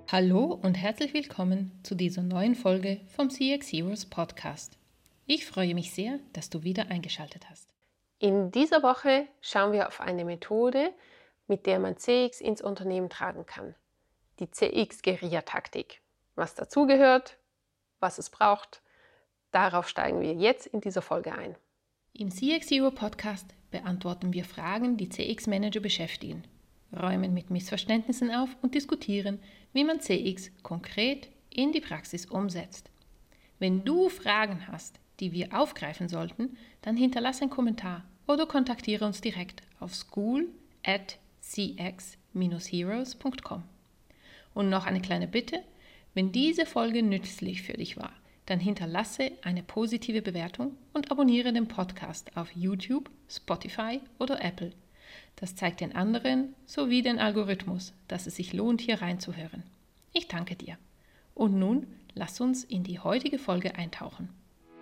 Hallo und herzlich willkommen zu dieser neuen Folge vom CX Heroes Podcast. Ich freue mich sehr, dass du wieder eingeschaltet hast. In dieser Woche schauen wir auf eine Methode, mit der man CX ins Unternehmen tragen kann. Die CX-Guerilla-Taktik. Was dazugehört, was es braucht, darauf steigen wir jetzt in dieser Folge ein. Im CX Hero Podcast beantworten wir Fragen, die CX-Manager beschäftigen, räumen mit Missverständnissen auf und diskutieren, wie man CX konkret in die Praxis umsetzt. Wenn du Fragen hast, die wir aufgreifen sollten, dann hinterlasse einen Kommentar oder kontaktiere uns direkt auf school@cx-heroes.com. Und noch eine kleine Bitte, wenn diese Folge nützlich für dich war, dann hinterlasse eine positive Bewertung und abonniere den Podcast auf YouTube, Spotify oder Apple. Das zeigt den anderen sowie den Algorithmus, dass es sich lohnt, hier reinzuhören. Ich danke dir. Und nun lass uns in die heutige Folge eintauchen.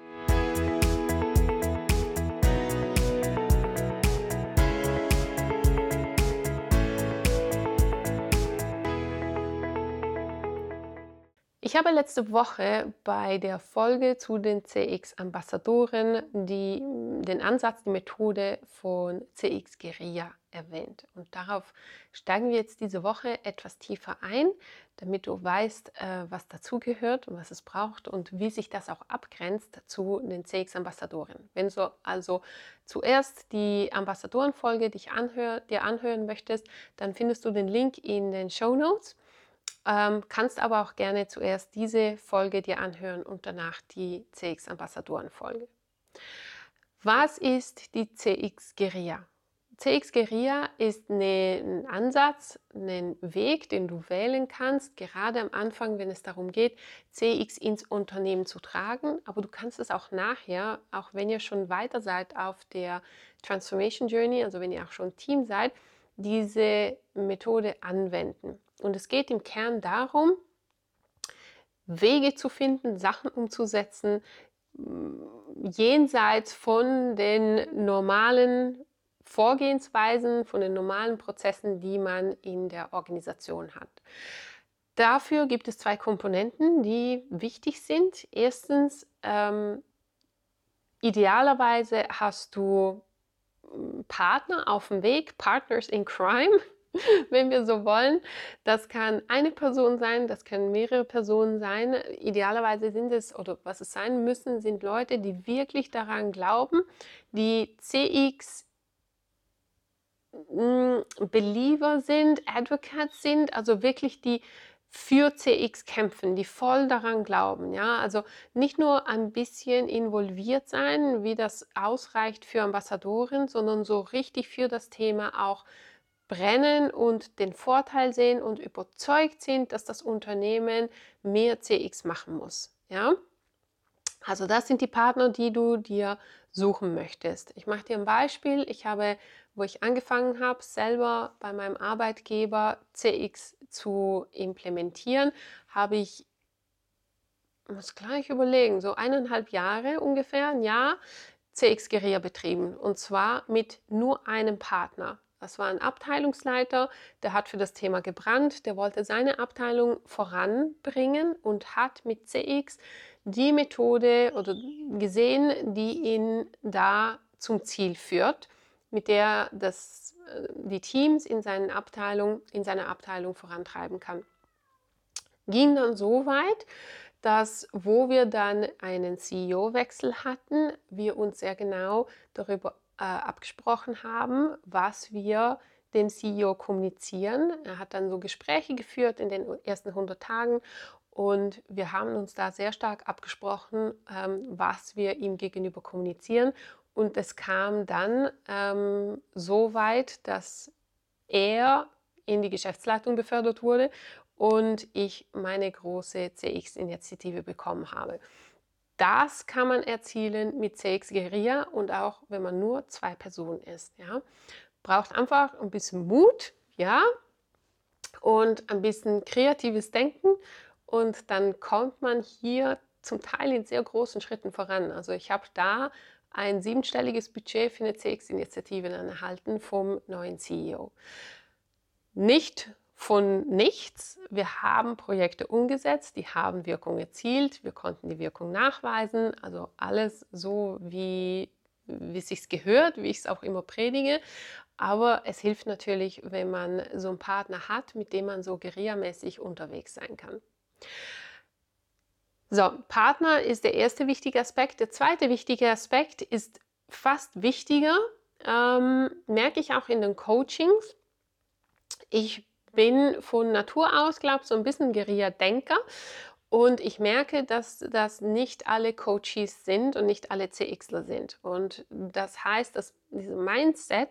Ich habe letzte Woche bei der Folge zu den CX-Ambassadoren den Ansatz, die Methode von CX-Guerilla erwähnt. Und darauf steigen wir jetzt diese Woche etwas tiefer ein, damit du weißt, was dazugehört und was es braucht und wie sich das auch abgrenzt zu den CX-Ambassadoren. Wenn du also zuerst die Ambassadorenfolge dir anhören möchtest, dann findest du den Link in den Shownotes. Kannst aber auch gerne zuerst diese Folge dir anhören und danach die CX-Ambassadoren-Folge. Was ist die CX-Guerilla? CX-Guerilla ist ein Ansatz, ein Weg, den du wählen kannst, gerade am Anfang, wenn es darum geht, CX ins Unternehmen zu tragen. Aber du kannst es auch nachher, auch wenn ihr schon weiter seid auf der Transformation Journey, also wenn ihr auch schon Team seid, diese Methode anwenden. Und es geht im Kern darum, Wege zu finden, Sachen umzusetzen, jenseits von den normalen Vorgehensweisen, von den normalen Prozessen, die man in der Organisation hat. Dafür gibt es zwei Komponenten, die wichtig sind. Erstens, idealerweise hast du Partner auf dem Weg, Partners in Crime, wenn wir so wollen. Das kann eine Person sein, das können mehrere Personen sein. Idealerweise sind es, oder was es sein müssen, sind Leute, die wirklich daran glauben, die CX Believer sind, Advocates sind, also wirklich die für CX kämpfen, die voll daran glauben. Ja? Also nicht nur ein bisschen involviert sein, wie das ausreicht für Ambassadoren, sondern so richtig für das Thema auch brennen und den Vorteil sehen und überzeugt sind, dass das Unternehmen mehr CX machen muss. Ja? Also das sind die Partner, die du dir suchen möchtest. Ich mache dir ein Beispiel. Wo ich angefangen habe, selber bei meinem Arbeitgeber CX zu implementieren, ich muss gleich überlegen, so 1,5 Jahre ungefähr, ein Jahr, CX-Guerilla betrieben. Und zwar mit nur einem Partner. Das war ein Abteilungsleiter, der hat für das Thema gebrannt, der wollte seine Abteilung voranbringen und hat mit CX die Methode oder gesehen, die ihn da zum Ziel führt, mit der die Teams in seiner Abteilung vorantreiben kann. Ging dann so weit, dass, wo wir dann einen CEO-Wechsel hatten, wir uns sehr genau darüber abgesprochen haben, was wir dem CEO kommunizieren. Er hat dann so Gespräche geführt in den ersten 100 Tagen und wir haben uns da sehr stark abgesprochen, was wir ihm gegenüber kommunizieren. Und es kam dann so weit, dass er in die Geschäftsleitung befördert wurde und ich meine große CX-Initiative bekommen habe. Das kann man erzielen mit CX-Guerilla und auch, wenn man nur 2 Personen ist. Ja. Braucht einfach ein bisschen Mut, ja, und ein bisschen kreatives Denken und dann kommt man hier zum Teil in sehr großen Schritten voran. Also ich habe da ein 7-stelliges Budget für eine CX-Initiative erhalten vom neuen CEO. Nicht von nichts. Wir haben Projekte umgesetzt, die haben Wirkung erzielt, wir konnten die Wirkung nachweisen, also alles so, wie es sich gehört, wie ich es auch immer predige. Aber es hilft natürlich, wenn man so einen Partner hat, mit dem man so guerillamäßig unterwegs sein kann. So, Partner ist der erste wichtige Aspekt. Der zweite wichtige Aspekt ist fast wichtiger, merke ich auch in den Coachings. Ich bin von Natur aus, glaube ich, so ein bisschen Guerilla-Denker und ich merke, dass das nicht alle Coaches sind und nicht alle CXler sind. Und das heißt, dass diese Mindset,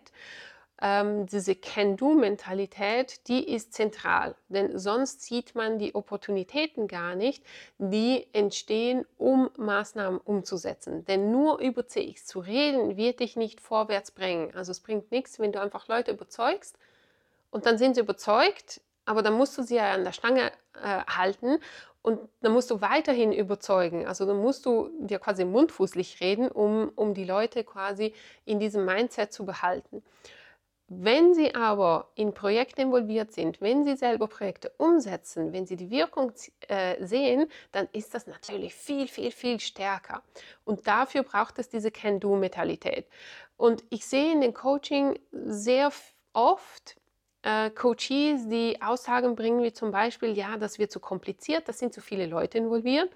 diese Can-Do-Mentalität, die ist zentral, denn sonst sieht man die Opportunitäten gar nicht, die entstehen, um Maßnahmen umzusetzen. Denn nur über CX zu reden, wird dich nicht vorwärts bringen. Also es bringt nichts, wenn du einfach Leute überzeugst und dann sind sie überzeugt, aber dann musst du sie ja an der Stange halten und dann musst du weiterhin überzeugen. Also dann musst du dir quasi mundfußlich reden, um die Leute quasi in diesem Mindset zu behalten. Wenn Sie aber in Projekte involviert sind, wenn Sie selber Projekte umsetzen, wenn Sie die Wirkung sehen, dann ist das natürlich viel, viel, viel stärker. Und dafür braucht es diese Can-Do-Mentalität. Und ich sehe in den Coaching sehr oft Coaches, die Aussagen bringen, wie zum Beispiel, ja, das wird zu kompliziert, da sind zu viele Leute involviert.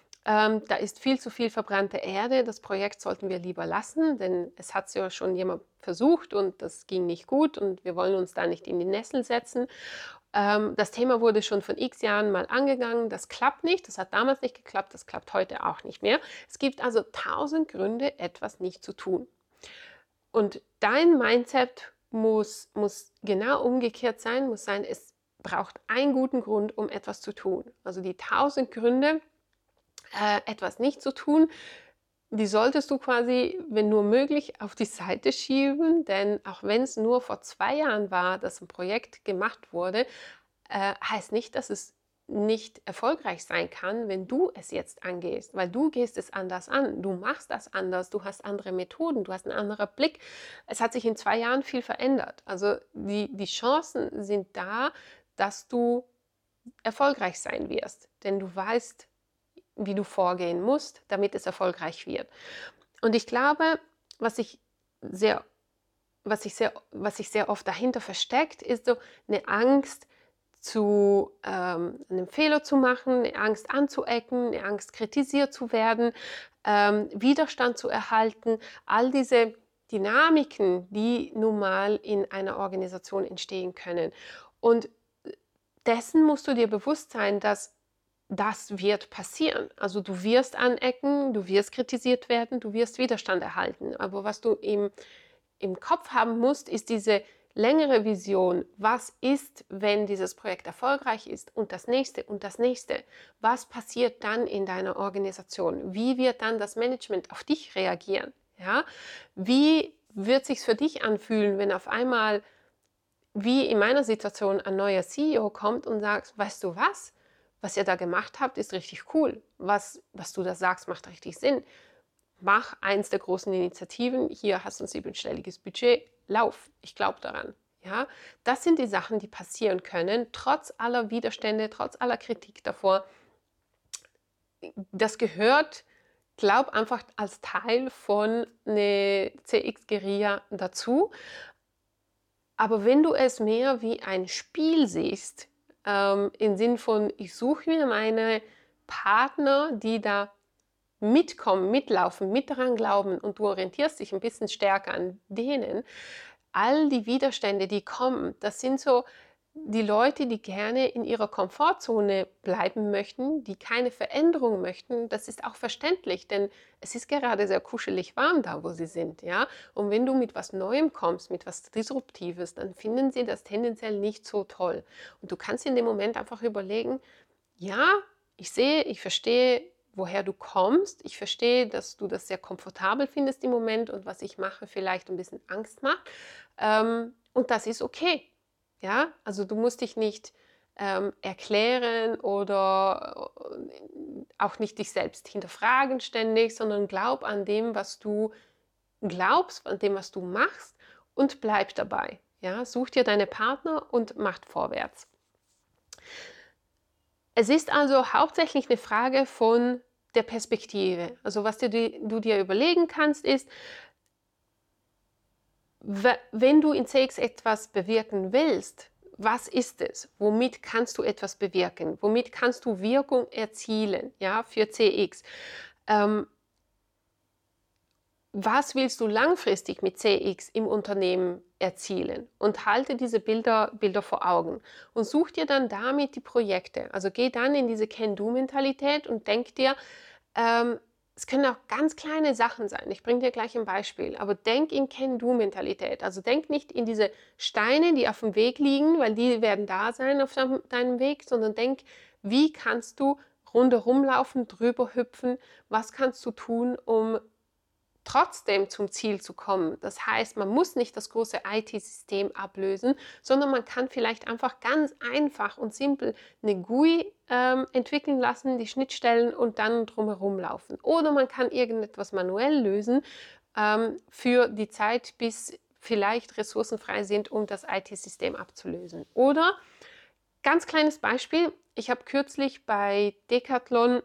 Da ist viel zu viel verbrannte Erde. Das Projekt sollten wir lieber lassen, denn es hat ja schon jemand versucht und das ging nicht gut und wir wollen uns da nicht in die Nessel setzen. Das Thema wurde schon von x Jahren mal angegangen. Das klappt nicht. Das hat damals nicht geklappt. Das klappt heute auch nicht mehr. Es gibt also 1000 Gründe, etwas nicht zu tun. Und dein Mindset muss genau umgekehrt sein, muss sein, es braucht einen guten Grund, um etwas zu tun. Also die 1000 Gründe, etwas nicht zu tun, die solltest du quasi, wenn nur möglich, auf die Seite schieben, denn auch wenn es nur vor 2 Jahren war, dass ein Projekt gemacht wurde, heißt nicht, dass es nicht erfolgreich sein kann, wenn du es jetzt angehst, weil du gehst es anders an, du machst das anders, du hast andere Methoden, du hast einen anderen Blick. Es hat sich in 2 Jahren viel verändert. Also die Chancen sind da, dass du erfolgreich sein wirst, denn du weißt, wie du vorgehen musst, damit es erfolgreich wird. Und ich glaube, was sich sehr oft dahinter versteckt, ist so eine Angst, einen Fehler zu machen, eine Angst anzuecken, eine Angst kritisiert zu werden, Widerstand zu erhalten, all diese Dynamiken, die nun mal in einer Organisation entstehen können. Und dessen musst du dir bewusst sein, dass das wird passieren. Also du wirst anecken, du wirst kritisiert werden, du wirst Widerstand erhalten. Aber was du im Kopf haben musst, ist diese längere Vision. Was ist, wenn dieses Projekt erfolgreich ist und das nächste und das nächste? Was passiert dann in deiner Organisation? Wie wird dann das Management auf dich reagieren? Ja? Wie wird es sich für dich anfühlen, wenn auf einmal, wie in meiner Situation, ein neuer CEO kommt und sagt, weißt du was? Was ihr da gemacht habt, ist richtig cool. Was du da sagst, macht richtig Sinn. Mach eins der großen Initiativen. Hier hast du ein 7-stelliges Budget. Lauf. Ich glaube daran. Ja, das sind die Sachen, die passieren können, trotz aller Widerstände, trotz aller Kritik davor. Das gehört, glaub einfach als Teil von eine CX-Guerilla dazu. Aber wenn du es mehr wie ein Spiel siehst, im Sinn von, ich suche mir meine Partner, die da mitkommen, mitlaufen, mit daran glauben und du orientierst dich ein bisschen stärker an denen, all die Widerstände, die kommen, das sind so die Leute, die gerne in ihrer Komfortzone bleiben möchten, die keine Veränderung möchten. Das ist auch verständlich, denn es ist gerade sehr kuschelig warm da, wo sie sind. Ja? Und wenn du mit was Neuem kommst, mit was Disruptives, dann finden sie das tendenziell nicht so toll. Und du kannst in dem Moment einfach überlegen, ja, ich sehe, ich verstehe, woher du kommst. Ich verstehe, dass du das sehr komfortabel findest im Moment und was ich mache vielleicht ein bisschen Angst macht. Und das ist okay. Ja, also du musst dich nicht erklären oder auch nicht dich selbst hinterfragen ständig, sondern glaub an dem, was du glaubst, an dem, was du machst und bleib dabei. Ja, such dir deine Partner und mach vorwärts. Es ist also hauptsächlich eine Frage von der Perspektive. Also was du dir überlegen kannst, ist, wenn du in CX etwas bewirken willst, was ist es? Womit kannst du etwas bewirken? Womit kannst du Wirkung erzielen, ja, für CX? Was willst du langfristig mit CX im Unternehmen erzielen? Und halte diese Bilder vor Augen und such dir dann damit die Projekte. Also geh dann in diese Can-Do-Mentalität und denk dir, es können auch ganz kleine Sachen sein. Ich bringe dir gleich ein Beispiel, aber denk in Can-Do-Mentalität. Also denk nicht in diese Steine, die auf dem Weg liegen, weil die werden da sein auf deinem Weg, sondern denk, wie kannst du rundherum laufen, drüber hüpfen, was kannst du tun, um trotzdem zum Ziel zu kommen. Das heißt, man muss nicht das große IT-System ablösen, sondern man kann vielleicht einfach ganz einfach und simpel eine GUI entwickeln lassen, die Schnittstellen und dann drumherum laufen. Oder man kann irgendetwas manuell lösen für die Zeit, bis vielleicht Ressourcen frei sind, um das IT-System abzulösen. Oder, ganz kleines Beispiel, ich habe kürzlich bei Decathlon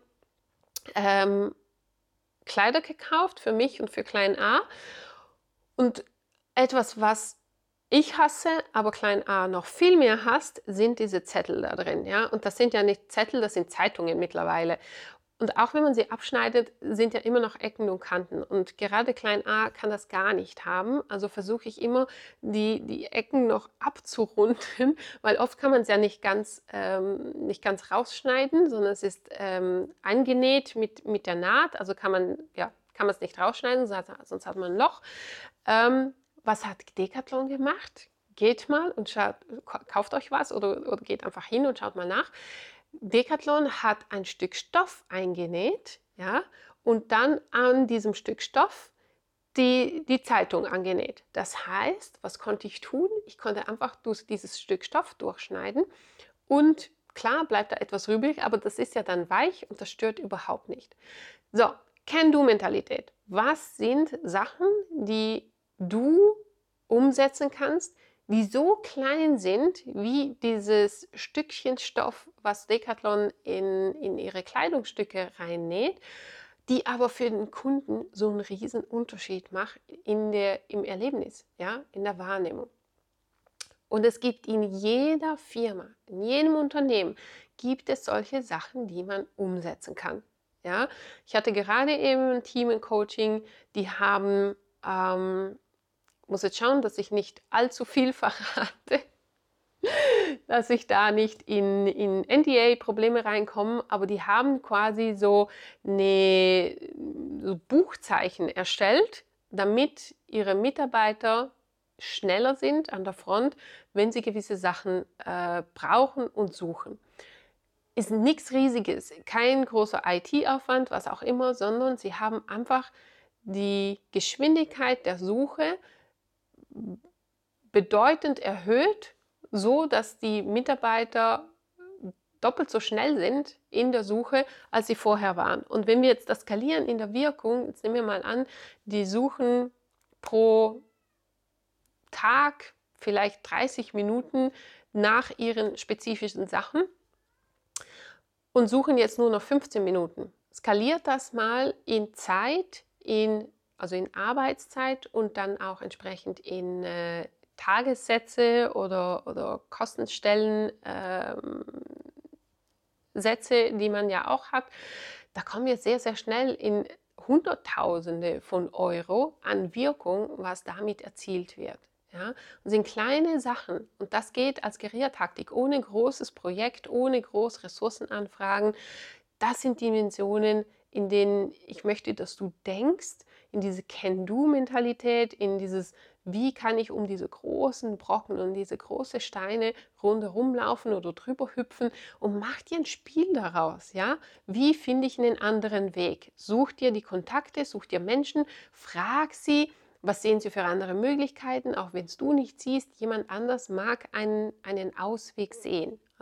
Kleider gekauft für mich und für Klein A. Und etwas, was ich hasse, aber Klein A noch viel mehr hasst, sind diese Zettel da drin. Ja? Und das sind ja nicht Zettel, das sind Zeitungen mittlerweile. Und auch wenn man sie abschneidet, sind ja immer noch Ecken und Kanten. Und gerade Klein A kann das gar nicht haben. Also versuche ich immer, die Ecken noch abzurunden, weil oft kann man es ja nicht ganz rausschneiden, sondern es ist eingenäht mit der Naht. Also kann man es nicht rausschneiden, sonst hat man ein Loch. Was hat Decathlon gemacht? Geht mal und kauft euch was oder geht einfach hin und schaut mal nach. Decathlon hat ein Stück Stoff eingenäht, ja, und dann an diesem Stück Stoff die Zeitung angenäht. Das heißt, was konnte ich tun? Ich konnte einfach dieses Stück Stoff durchschneiden und klar bleibt da etwas übrig, aber das ist ja dann weich und das stört überhaupt nicht. So, Can-Do-Mentalität. Was sind Sachen, die du umsetzen kannst, die so klein sind wie dieses Stückchen Stoff, was Decathlon in ihre Kleidungsstücke reinnäht, die aber für den Kunden so einen riesen Unterschied macht im Erlebnis, ja, in der Wahrnehmung. Und es gibt in jeder Firma, in jedem Unternehmen, gibt es solche Sachen, die man umsetzen kann. Ja? Ich hatte gerade eben ein Team im Coaching, die haben muss jetzt schauen, dass ich nicht allzu viel verrate, dass ich da nicht in NDA-Probleme reinkomme, aber die haben quasi so Buchzeichen erstellt, damit ihre Mitarbeiter schneller sind an der Front, wenn sie gewisse Sachen brauchen und suchen. Ist nichts Riesiges, kein großer IT-Aufwand, was auch immer, sondern sie haben einfach die Geschwindigkeit der Suche bedeutend erhöht, so dass die Mitarbeiter doppelt so schnell sind in der Suche, als sie vorher waren. Und wenn wir jetzt das skalieren in der Wirkung, jetzt nehmen wir mal an, die suchen pro Tag vielleicht 30 Minuten nach ihren spezifischen Sachen und suchen jetzt nur noch 15 Minuten. Skaliert das mal in Zeit, also in Arbeitszeit und dann auch entsprechend in Tagessätze oder Kostenstellen Sätze, die man ja auch hat. Da kommen wir sehr, sehr schnell in Hunderttausende von Euro an Wirkung, was damit erzielt wird. Ja, und sind kleine Sachen und das geht als Guerillataktik ohne großes Projekt, ohne große Ressourcenanfragen. Das sind Dimensionen, in denen ich möchte, dass du denkst, in diese Can-Do-Mentalität, in dieses, wie kann ich um diese großen Brocken und diese großen Steine rundherum laufen oder drüber hüpfen und mach dir ein Spiel daraus. Ja? Wie finde ich einen anderen Weg? Such dir die Kontakte, such dir Menschen, frag sie, was sehen sie für andere Möglichkeiten, auch wenn es du nicht siehst, jemand anders mag einen Ausweg sehen.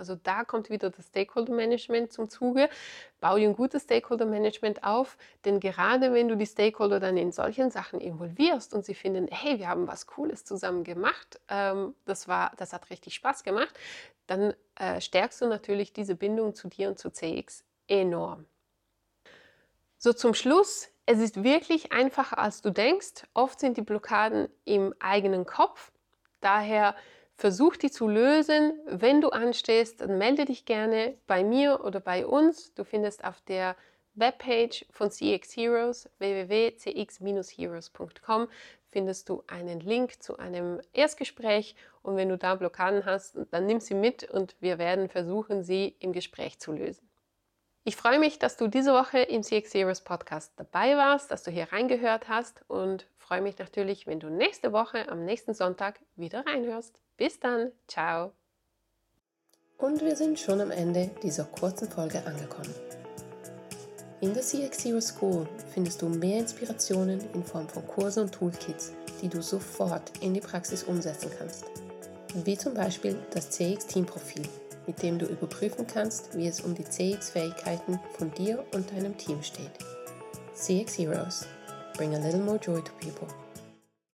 Also da kommt wieder das Stakeholder Management zum Zuge. Bau dir ein gutes Stakeholder Management auf, denn gerade wenn du die Stakeholder dann in solchen Sachen involvierst und sie finden, hey, wir haben was Cooles zusammen gemacht, das hat richtig Spaß gemacht, dann stärkst du natürlich diese Bindung zu dir und zu CX enorm. So zum Schluss, es ist wirklich einfacher, als du denkst. Oft sind die Blockaden im eigenen Kopf. Daher versuch die zu lösen. Wenn du anstehst, dann melde dich gerne bei mir oder bei uns. Du findest auf der Webpage von CX Heroes, www.cx-heroes.com, findest du einen Link zu einem Erstgespräch. Und wenn du da Blockaden hast, dann nimm sie mit und wir werden versuchen, sie im Gespräch zu lösen. Ich freue mich, dass du diese Woche im CX Heroes Podcast dabei warst, dass du hier reingehört hast und freue mich natürlich, wenn du nächste Woche am nächsten Sonntag wieder reinhörst. Bis dann, ciao! Und wir sind schon am Ende dieser kurzen Folge angekommen. In der CX Heroes School findest du mehr Inspirationen in Form von Kursen und Toolkits, die du sofort in die Praxis umsetzen kannst. Wie zum Beispiel das CX Teamprofil, mit dem du überprüfen kannst, wie es um die CX-Fähigkeiten von dir und deinem Team steht. CX Heroes. Bring a little more joy to people.